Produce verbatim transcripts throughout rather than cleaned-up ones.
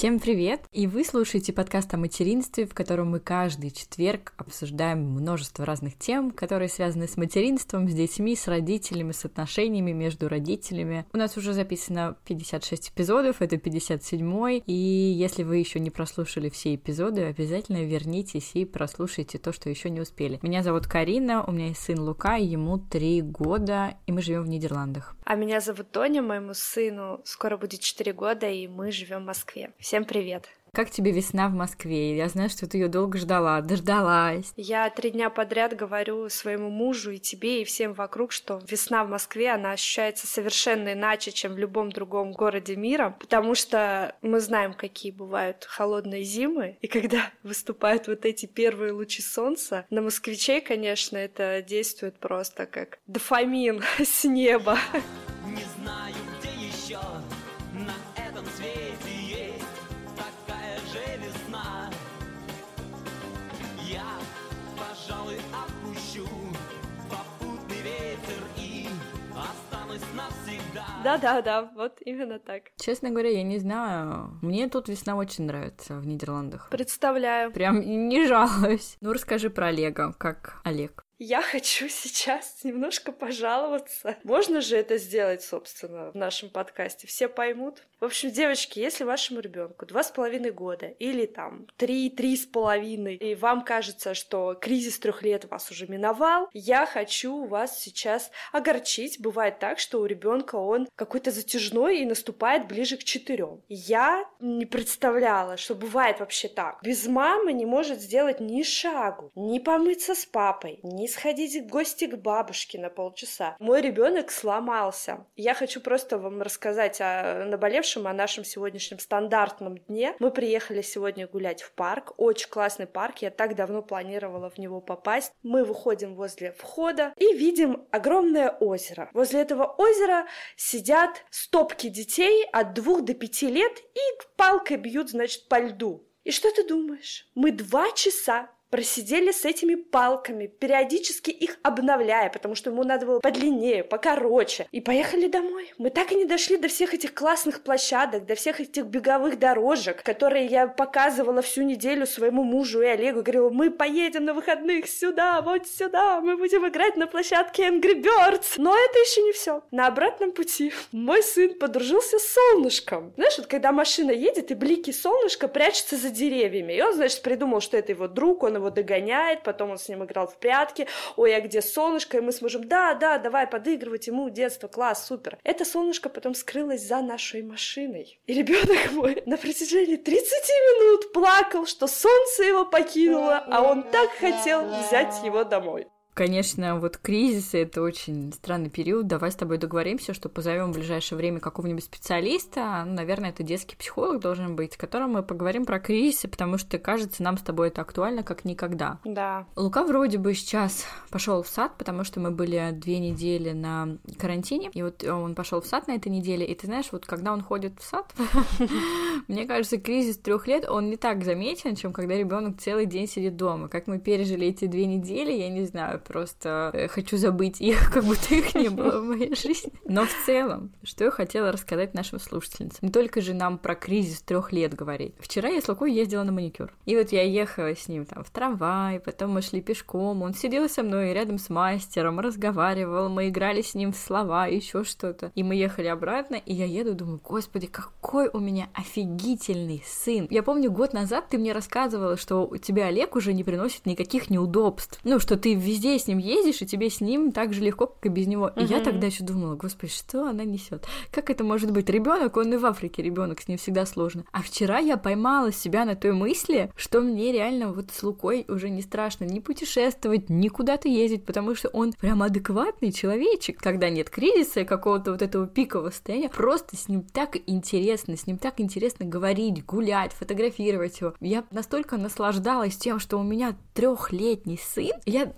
Всем привет! И вы слушаете подкаст о материнстве, в котором мы каждый четверг обсуждаем множество разных тем, которые связаны с материнством, с детьми, с родителями, с отношениями между родителями. У нас уже записано пятьдесят шесть эпизодов, это пятьдесят седьмой, и если вы еще не прослушали все эпизоды, обязательно вернитесь и прослушайте то, что еще не успели. Меня зовут Карина, у меня есть сын Лука, ему три года, и мы живем в Нидерландах. А меня зовут Тоня, моему сыну скоро будет четыре года, и мы живем в Москве. Всем привет! Как тебе весна в Москве? Я знаю, что ты ее долго ждала, дождалась. Я три дня подряд говорю своему мужу и тебе, и всем вокруг, что весна в Москве, она ощущается совершенно иначе, чем в любом другом городе мира, потому что мы знаем, какие бывают холодные зимы, и когда выступают вот эти первые лучи солнца, на москвичей, конечно, это действует просто как дофамин с неба. Не знаю, где еще на этом свете есть такая же весна. Я, пожалуй, отпущу попутный ветер и останусь навсегда. Да-да-да, вот именно так. Честно говоря, я не знаю. Мне тут весна очень нравится в Нидерландах. Представляю. Прям не жалуюсь. Ну, расскажи про Олега, как Олег. Я хочу сейчас немножко пожаловаться. Можно же это сделать, собственно, в нашем подкасте? Все поймут. В общем, девочки, если вашему ребенку два с половиной года или там три, три с половиной, и вам кажется, что кризис трех лет вас уже миновал, я хочу вас сейчас огорчить. Бывает так, что у ребенка он какой-то затяжной и наступает ближе к четырем. Я не представляла, что бывает вообще так. Без мамы не может сделать ни шагу, ни помыться с папой, ни сходить в гости к бабушке на полчаса. Мой ребенок сломался. Я хочу просто вам рассказать о наболевшем, о нашем сегодняшнем стандартном дне. Мы приехали сегодня гулять в парк. Очень классный парк. Я так давно планировала в него попасть. Мы выходим возле входа и видим огромное озеро. Возле этого озера сидят стопки детей от двух до пяти лет и палкой бьют, значит, по льду. И что ты думаешь? Мы два часа просидели с этими палками, периодически их обновляя, потому что ему надо было подлиннее, покороче. И поехали домой. Мы так и не дошли до всех этих классных площадок, до всех этих беговых дорожек, которые я показывала всю неделю своему мужу и Олегу. Говорила, мы поедем на выходных сюда, вот сюда, мы будем играть на площадке Angry Birds. Но это еще не все. На обратном пути мой сын подружился с солнышком. Знаешь, вот когда машина едет, и блики солнышка прячутся за деревьями. И он, значит, придумал, что это его друг, он его догоняет, потом он с ним играл в прятки, ой, а где солнышко, и мы с мужем, да, да, давай подыгрывать ему, детство, класс, супер. Это солнышко потом скрылось за нашей машиной. И ребенок мой на протяжении тридцати минут плакал, что солнце его покинуло, а он так хотел взять его домой. Конечно, вот кризисы — это очень странный период. Давай с тобой договоримся, что позовем в ближайшее время какого-нибудь специалиста. Ну, наверное, это детский психолог должен быть, с которым мы поговорим про кризисы, потому что, кажется, нам с тобой это актуально как никогда. Да. Лука вроде бы сейчас пошел в сад, потому что мы были две недели на карантине, и вот он пошел в сад на этой неделе, и ты знаешь, вот когда он ходит в сад, мне кажется, кризис трех лет, он не так заметен, чем когда ребенок целый день сидит дома. Как мы пережили эти две недели, я не знаю, просто хочу забыть их, как будто их не было в моей жизни. Но в целом, что я хотела рассказать нашим слушательницам. Не только же нам про кризис трех лет говорить. Вчера я с Лукой ездила на маникюр. И вот я ехала с ним там в трамвай, потом мы шли пешком, он сидел со мной рядом с мастером, разговаривал, мы играли с ним в слова, еще что-то. И мы ехали обратно, и я еду, думаю, господи, какой у меня офигительный сын. Я помню, год назад ты мне рассказывала, что у тебя Олег уже не приносит никаких неудобств. Ну, что ты везде с ним ездишь, и тебе с ним так же легко, как и без него. И uh-huh. я тогда еще думала, господи, что она несет? Как это может быть? Ребенок, он и в Африке ребенок, с ним всегда сложно. А вчера я поймала себя на той мысли, что мне реально вот с Лукой уже не страшно ни путешествовать, ни куда-то ездить, потому что он прям адекватный человечек. Когда нет кризиса, какого-то вот этого пикового состояния, просто с ним так интересно, с ним так интересно говорить, гулять, фотографировать его. Я настолько наслаждалась тем, что у меня трехлетний сын. Я, знаешь, даже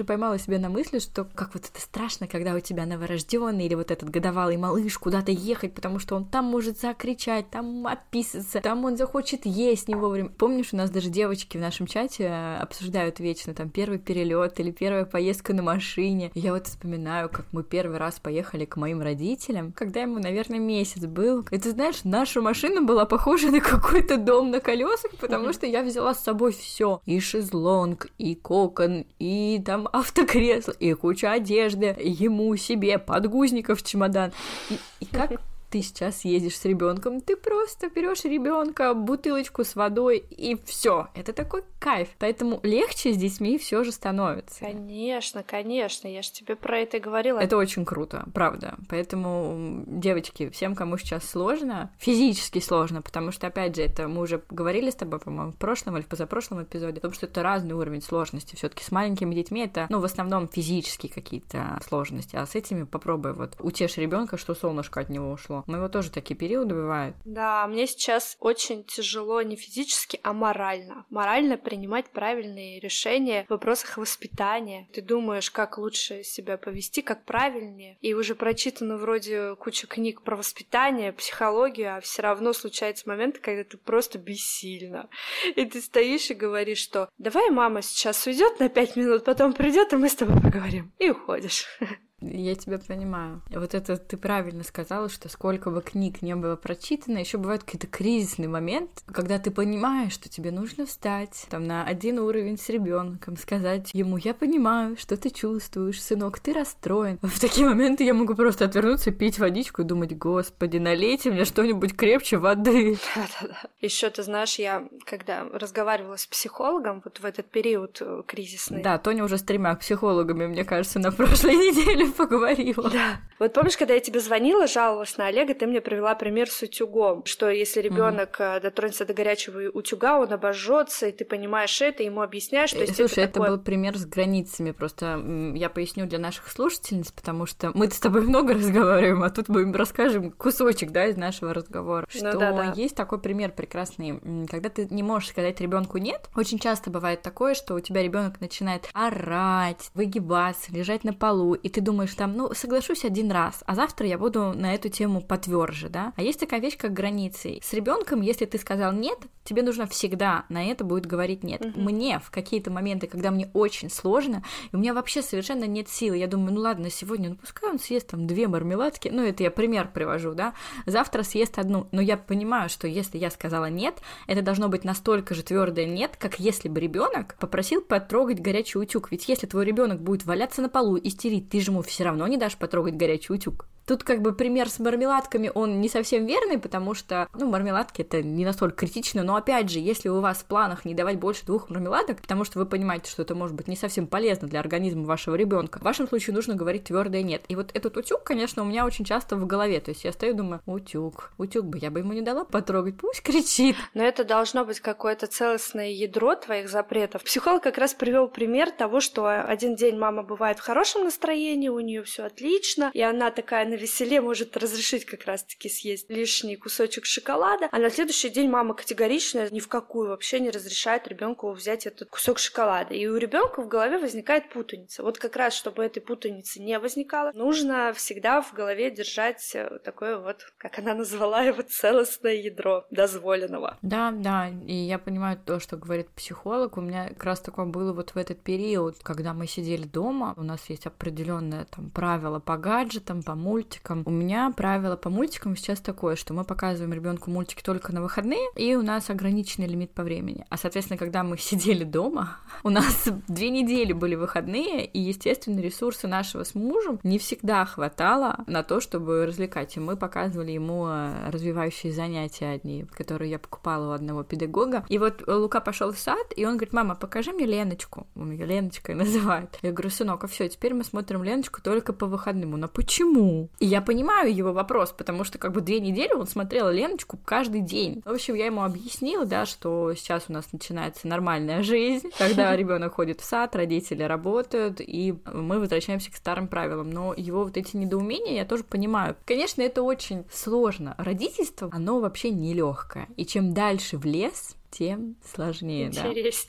поймала себя на мысли, что как вот это страшно, когда у тебя новорожденный или вот этот годовалый малыш куда-то ехать, потому что он там может закричать, там описаться, там он захочет есть не вовремя. Помнишь, у нас даже девочки в нашем чате обсуждают вечно там первый перелет или первая поездка на машине. И я вот вспоминаю, как мы первый раз поехали к моим родителям, когда ему, наверное, месяц был. И ты знаешь, наша машина была похожа на какой-то дом на колесах, потому что я взяла с собой все: и шезлонг, и кокон, и там автокресло, и куча одежды, ему, себе, подгузников, чемодан. И, и как ты сейчас едешь с ребенком, ты просто берешь ребенка, бутылочку с водой, и все. Это такой кайф. Поэтому легче с детьми все же становится. Конечно, конечно. Я же тебе про это и говорила. Это очень круто, правда. Поэтому, девочки, всем, кому сейчас сложно, физически сложно, потому что, опять же, это мы уже говорили с тобой, по-моему, в прошлом или в позапрошлом эпизоде, о том, что это разный уровень сложности. Все-таки с маленькими детьми это, ну, в основном физические какие-то сложности, а с этими попробуй вот утешь ребенка, что солнышко от него ушло. У моего тоже такие периоды бывают. Да, мне сейчас очень тяжело не физически, а морально. Морально принимать правильные решения в вопросах воспитания. Ты думаешь, как лучше себя повести, как правильнее. И уже прочитано вроде куча книг про воспитание, психологию, а все равно случаются моменты, когда ты просто бессильна. И ты стоишь и говоришь, что давай мама сейчас уйдет на пять минут, потом придет, и мы с тобой поговорим. И уходишь. Я тебя понимаю. Вот это ты правильно сказала, что сколько бы книг не было прочитано, еще бывает какой-то кризисный момент, когда ты понимаешь, что тебе нужно встать там на один уровень с ребенком, сказать ему: я понимаю, что ты чувствуешь, сынок, ты расстроен. В такие моменты я могу просто отвернуться, пить водичку и думать: господи, налейте мне что-нибудь крепче воды. Да-да-да. Еще ты знаешь, я когда разговаривала с психологом вот в этот период кризисный. Да, Тоня уже с тремя психологами, мне кажется, на прошлой неделе поговорила. Да. Вот помнишь, когда я тебе звонила, жаловалась на Олега, ты мне привела пример с утюгом, что если ребенок mm-hmm. дотронется до горячего утюга, он обожжется, и ты понимаешь это, ему объясняешь, что есть Слушай, это, такое... был пример с границами, просто я поясню для наших слушательниц, потому что мы с тобой много разговариваем, а тут мы им расскажем кусочек, да, из нашего разговора, ну, что да, да. есть такой пример прекрасный, когда ты не можешь сказать ребенку нет. Очень часто бывает такое, что у тебя ребенок начинает орать, выгибаться, лежать на полу, и ты думаешь, там, ну, соглашусь один раз, а завтра я буду на эту тему потверже, да. А есть такая вещь, как границы. С ребенком, если ты сказал нет, тебе нужно всегда на это будет говорить нет. Mm-hmm. Мне в какие-то моменты, когда мне очень сложно, и у меня вообще совершенно нет силы, я думаю, ну ладно, сегодня, ну пускай он съест там две мармеладки, ну это я пример привожу, да, завтра съест одну, но я понимаю, что если я сказала нет, это должно быть настолько же твердое нет, как если бы ребенок попросил потрогать горячий утюг, ведь если твой ребенок будет валяться на полу, истерить, ты же ему все равно не дашь потрогать горячий утюг. Тут как бы пример с мармеладками, он не совсем верный, потому что, ну, мармеладки это не настолько критично, но опять же, если у вас в планах не давать больше двух мармеладок, потому что вы понимаете, что это может быть не совсем полезно для организма вашего ребенка, в вашем случае нужно говорить твердое нет. И вот этот утюг, конечно, у меня очень часто в голове, то есть я стою и думаю, утюг, утюг бы я бы ему не дала потрогать, пусть кричит. Но это должно быть какое-то целостное ядро твоих запретов. Психолог как раз привел пример того, что один день мама бывает в хорошем настроении, у нее все отлично, и она такая на веселе может разрешить как раз-таки съесть лишний кусочек шоколада, а на следующий день мама категорично ни в какую вообще не разрешает ребенку взять этот кусок шоколада. И у ребенка в голове возникает путаница. Вот как раз, чтобы этой путаницы не возникало, нужно всегда в голове держать такое вот, как она назвала его, целостное ядро дозволенного. Да, да, и я понимаю то, что говорит психолог. У меня как раз такое было вот в этот период, когда мы сидели дома, у нас есть определенное там правило по гаджетам, по мультикам. У меня правило по мультикам сейчас такое, что мы показываем ребенку мультики только на выходные, и у нас ограниченный лимит по времени. А, соответственно, когда мы сидели дома, у нас две недели были выходные, и, естественно, ресурсы нашего с мужем не всегда хватало на то, чтобы развлекать. И мы показывали ему развивающие занятия одни, которые я покупала у одного педагога. И вот Лука пошел в сад, и он говорит: мама, покажи мне Леночку. Он ее Леночкой называет. Я говорю: сынок, а все, теперь мы смотрим Леночку только по выходным. Он: а почему? И я понимаю его вопрос, потому что как бы две недели он смотрел Леночку каждый день. В общем, я ему объяснила, да, что сейчас у нас начинается нормальная жизнь, когда ребенок ходит в сад, родители работают, и мы возвращаемся к старым правилам. Но его вот эти недоумения я тоже понимаю. Конечно, это очень сложно. Родительство, оно вообще нелегкое. И чем дальше в лес, тем сложнее, интереснее. Да.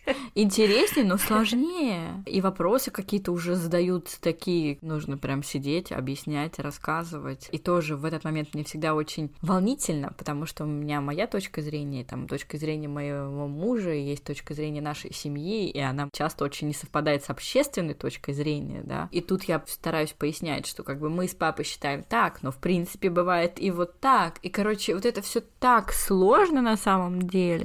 интереснее, но сложнее. И вопросы какие-то уже задаются такие, нужно прям сидеть, объяснять, рассказывать. И тоже в этот момент мне всегда очень волнительно, потому что у меня моя точка зрения, там, точка зрения моего мужа, есть точка зрения нашей семьи, и она часто очень не совпадает с общественной точкой зрения, да. И тут я стараюсь пояснять, что как бы мы с папой считаем так, но в принципе бывает и вот так. И, короче, вот это все так сложно на самом деле.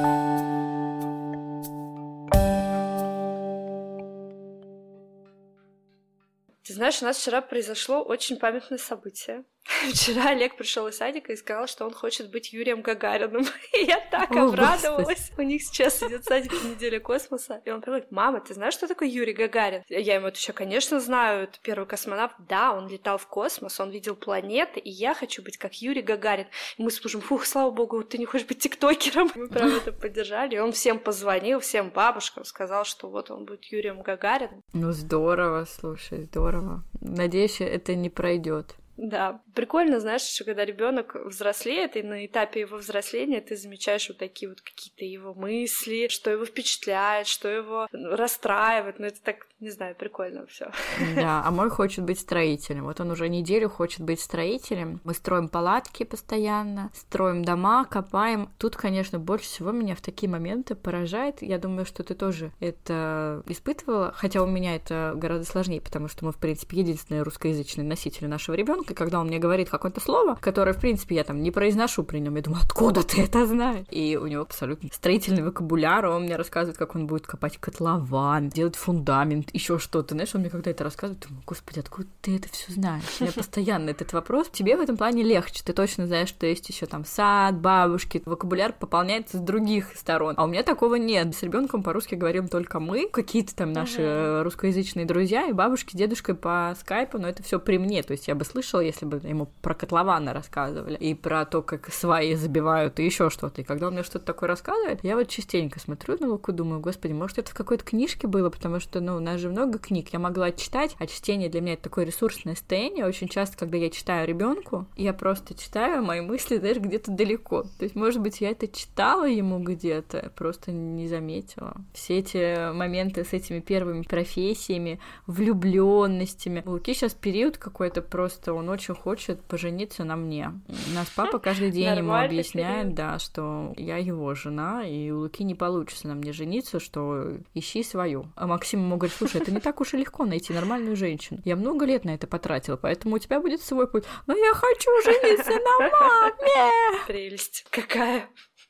Ты знаешь, у нас вчера произошло очень памятное событие. Вчера Олег пришел из садика и сказал, что он хочет быть Юрием Гагариным. И я так О, обрадовалась. Господи. У них сейчас идет садик неделя космоса. И он говорит: мама, ты знаешь, что такое Юрий Гагарин? Я ему отвечаю: конечно, знаю. Это первый космонавт. Да, он летал в космос, он видел планеты, и я хочу быть как Юрий Гагарин. И мы с мужем: фух, слава богу, ты не хочешь быть тиктокером. Мы прям это поддержали. И он всем позвонил, всем бабушкам, сказал, что вот он будет Юрием Гагарином. Ну, здорово, слушай, здорово. Надеюсь, это не пройдет. Да, прикольно, знаешь, что когда ребенок взрослеет, и на этапе его взросления ты замечаешь вот такие вот какие-то его мысли, что его впечатляет, что его расстраивает, ну это так, не знаю, прикольно все. Да, а мой хочет быть строителем. Вот он уже неделю хочет быть строителем. Мы строим палатки постоянно, строим дома, копаем. Тут, конечно, больше всего меня в такие моменты поражает. Я думаю, что ты тоже это испытывала, хотя у меня это гораздо сложнее, потому что мы, в принципе, единственные русскоязычные носители нашего ребенка. И когда он мне говорит какое-то слово, которое, в принципе, я там не произношу при нем, я думаю: откуда ты это знаешь? И у него абсолютно строительный вокабуляр, он мне рассказывает, как он будет копать котлован, делать фундамент, еще что-то. Знаешь, он мне когда это рассказывает, думаю: господи, откуда ты это все знаешь? У меня постоянно этот вопрос. Тебе в этом плане легче, ты точно знаешь, что есть еще там сад, бабушки, вокабуляр пополняется с других сторон. А у меня такого нет. С ребенком по-русски говорим только мы, какие-то там наши uh-huh. русскоязычные друзья и бабушки, дедушка по скайпу, но это все при мне. То есть я бы слышала, если бы ему про котлованы рассказывали и про то, как сваи забивают и еще что-то. И когда он мне что-то такое рассказывает, я вот частенько смотрю на Луку, думаю: господи, может, это в какой-то книжке было, потому что, ну, у нас же много книг, я могла читать, а чтение для меня это такое ресурсное состояние. Очень часто, когда я читаю ребенку, я просто читаю, мои мысли даже где-то далеко. То есть, может быть, я это читала ему где-то, просто не заметила. Все эти моменты с этими первыми профессиями, влюбленностями. У Луки сейчас период какой-то просто, он очень хочет пожениться на мне. У нас папа каждый день ему объясняет, да, что я его жена, и у Луки не получится на мне жениться, что ищи свою. А Максим ему говорит: слушай, это не так уж и легко найти нормальную женщину. Я много лет на это потратила, поэтому у тебя будет свой путь. Но я хочу жениться на маме! Прелесть какая!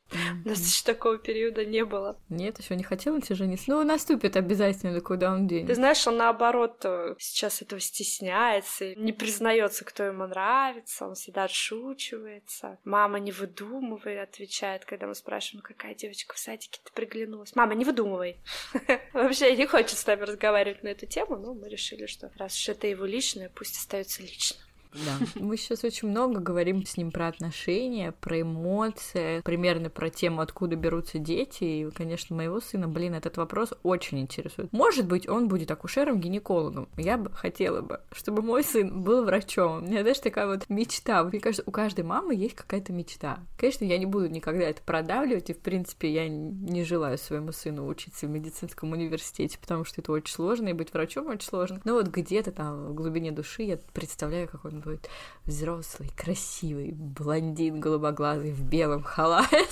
У нас еще такого периода не было. Нет, еще не хотела тебе жениться. Ну, наступит обязательно, куда он денет. Ты знаешь, он наоборот сейчас этого стесняется, не признается, кто ему нравится, он всегда отшучивается. Мама не выдумывай, отвечает, когда мы спрашиваем: какая девочка в садике-то приглянулась. Мама, не выдумывай. Вообще не хочет с нами разговаривать на эту тему, но мы решили, что раз уж это его личное, пусть остается личным. Да. Мы сейчас очень много говорим с ним про отношения, про эмоции, примерно про тему, откуда берутся дети. И, конечно, моего сына, блин, этот вопрос очень интересует. Может быть, он будет акушером-гинекологом. Я бы хотела бы, чтобы мой сын был врачом. У меня, знаешь, такая вот мечта. Мне кажется, у каждой мамы есть какая-то мечта. Конечно, я не буду никогда это продавливать, и, в принципе, я не желаю своему сыну учиться в медицинском университете, потому что это очень сложно, и быть врачом очень сложно. Но вот где-то там в глубине души я представляю, как он будет взрослый, красивый блондин голубоглазый в белом халате.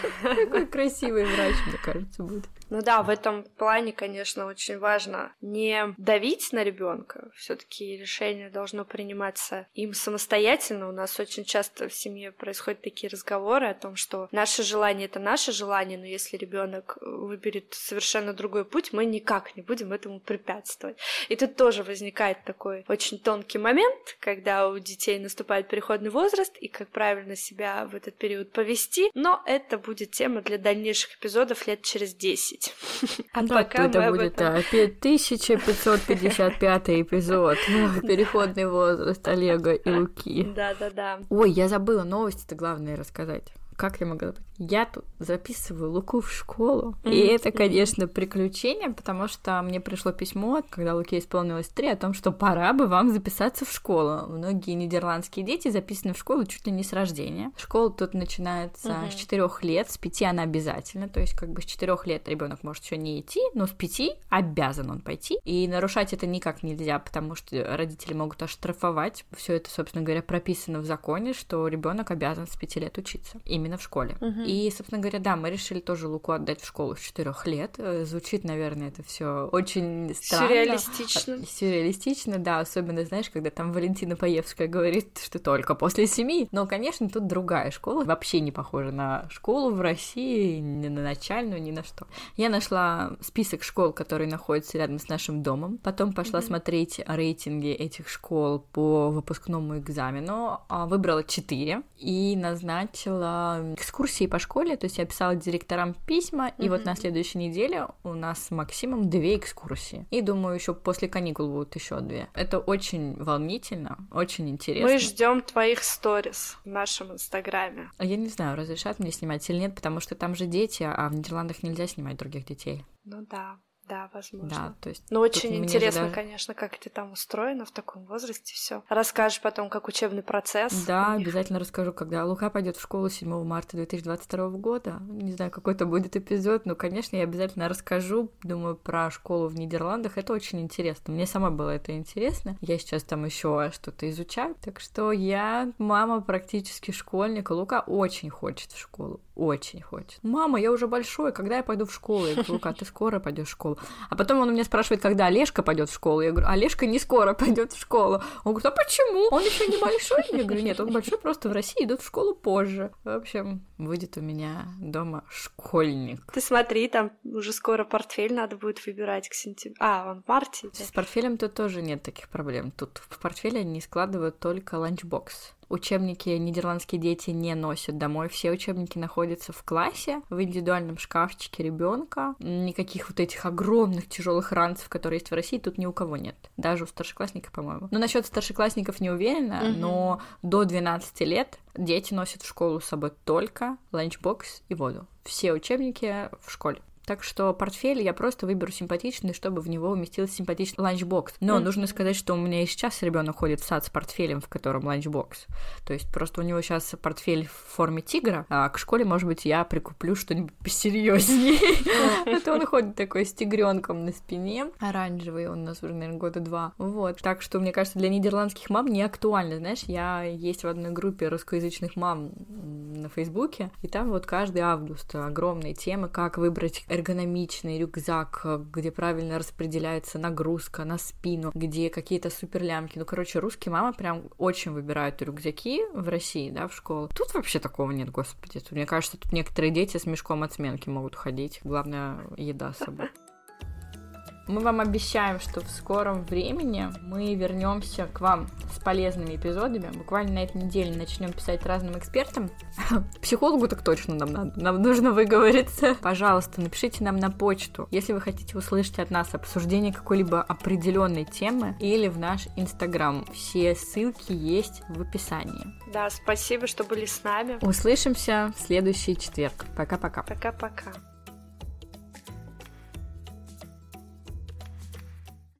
Какой красивый врач, мне кажется, будет. Ну да, в этом плане, конечно, очень важно не давить на ребенка. Все-таки решение должно приниматься им самостоятельно. У нас очень часто в семье происходят такие разговоры о том, что наше желание — это наше желание, но если ребенок выберет совершенно другой путь, мы никак не будем этому препятствовать. И тут тоже возникает такой очень тонкий момент, когда у детей наступает переходный возраст, и как правильно себя в этот период повести, но это будет тема для дальнейших эпизодов лет через десять. А да, пока это будет этом... тысяча пятьсот пятьдесят пятый эпизод. Переходный возраст Олега и Луки. Да-да-да. Ой, я забыла новости-то главное рассказать. Как я могла... Я тут записываю Луку в школу, mm-hmm. и это, конечно, приключение, потому что мне пришло письмо, когда Луке исполнилось три, о том, что пора бы вам записаться в школу. Многие нидерландские дети записаны в школу чуть ли не с рождения. Школа тут начинается mm-hmm. с четырех лет, с пяти она обязательна, то есть как бы с четырех лет ребенок может еще не идти, но с пяти обязан он пойти, и нарушать это никак нельзя, потому что родители могут оштрафовать. Все это, собственно говоря, прописано в законе, что ребенок обязан с пяти лет учиться именно в школе. Mm-hmm. И, собственно говоря, да, мы решили тоже Луку отдать в школу с четырех лет. Звучит, наверное, это все очень странно. Сюрреалистично. Сюрреалистично, да, особенно, знаешь, когда там Валентина Паевская говорит, что только после семи. Но, конечно, тут другая школа, вообще не похожа на школу в России, ни на начальную, ни на что. Я нашла список школ, которые находятся рядом с нашим домом, потом пошла mm-hmm. смотреть рейтинги этих школ по выпускному экзамену, выбрала четыре и назначила экскурсии по школе, то есть я писала директорам письма, mm-hmm. и вот на следующей неделе у нас с Максимом две экскурсии. И думаю, еще после каникул будут еще две. Это очень волнительно, очень интересно. Мы ждем твоих сторис в нашем инстаграме. Я не знаю, разрешат мне снимать или нет, потому что там же дети, а в Нидерландах нельзя снимать других детей. Ну да. Да, возможно. Да, то есть но очень интересно, даже... конечно, как это там устроено в таком возрасте все. Расскажешь потом, как учебный процесс. Да, обязательно расскажу, когда Лука пойдет в школу седьмого марта две тысячи двадцать второго года. Не знаю, какой это будет эпизод, но, конечно, я обязательно расскажу, думаю, про школу в Нидерландах. Это очень интересно. Мне сама было это интересно. Я сейчас там еще что-то изучаю. Так что я мама практически школьника. Лука очень хочет в школу. Очень хочет. Мама, я уже большой, когда я пойду в школу? Я говорю, Лука, ты скоро пойдешь в школу. А потом он у меня спрашивает, когда Олежка пойдет в школу. Я говорю, Олежка не скоро пойдет в школу. Он говорит, а почему? Он еще не большой? Я говорю, нет, он большой, просто в России идут в школу позже. В общем, выйдет у меня дома школьник. Ты смотри, там уже скоро портфель надо будет выбирать к сентябрю. А, он в марте. С портфелем тут тоже нет таких проблем. Тут в портфеле они складывают только ланчбокс. Учебники нидерландские дети не носят домой. Все учебники находятся в классе, в индивидуальном шкафчике ребенка. Никаких вот этих огромных тяжелых ранцев, которые есть в России, тут ни у кого нет. Даже у старшеклассника, по-моему. Но насчет старшеклассников не уверена, mm-hmm. но до двенадцати лет дети носят в школу с собой только ланчбокс и воду. Все учебники в школе. Так что портфель я просто выберу симпатичный, чтобы в него уместился симпатичный ланчбокс. Но mm-hmm. нужно сказать, что у меня и сейчас ребенок ходит в сад с портфелем, в котором ланчбокс. То есть просто у него сейчас портфель в форме тигра, а к школе, может быть, я прикуплю что-нибудь посерьезнее. Это он ходит такой с тигренком на спине. Оранжевый, он у нас уже, наверное, года два. Вот. Так что, мне кажется, для нидерландских мам не актуально. Знаешь, я есть в одной группе русскоязычных мам на Фейсбуке, и там вот каждый август огромные темы, как выбрать эргономичный рюкзак, где правильно распределяется нагрузка на спину, где какие-то суперлямки. Ну, короче, русские мамы прям очень выбирают рюкзаки в России, да, в школу. Тут вообще такого нет, господи. Тут, мне кажется, тут некоторые дети с мешком от сменки могут ходить. Главное, еда с собой. Мы вам обещаем, что в скором времени мы вернемся к вам с полезными эпизодами. Буквально на этой неделе начнем писать разным экспертам. Психологу так точно нам надо. Нам нужно выговориться. Пожалуйста, напишите нам на почту, если вы хотите услышать от нас обсуждение какой-либо определенной темы, или в наш Инстаграм. Все ссылки есть в описании. Да, спасибо, что были с нами. Услышимся в следующий четверг. Пока-пока. Пока-пока.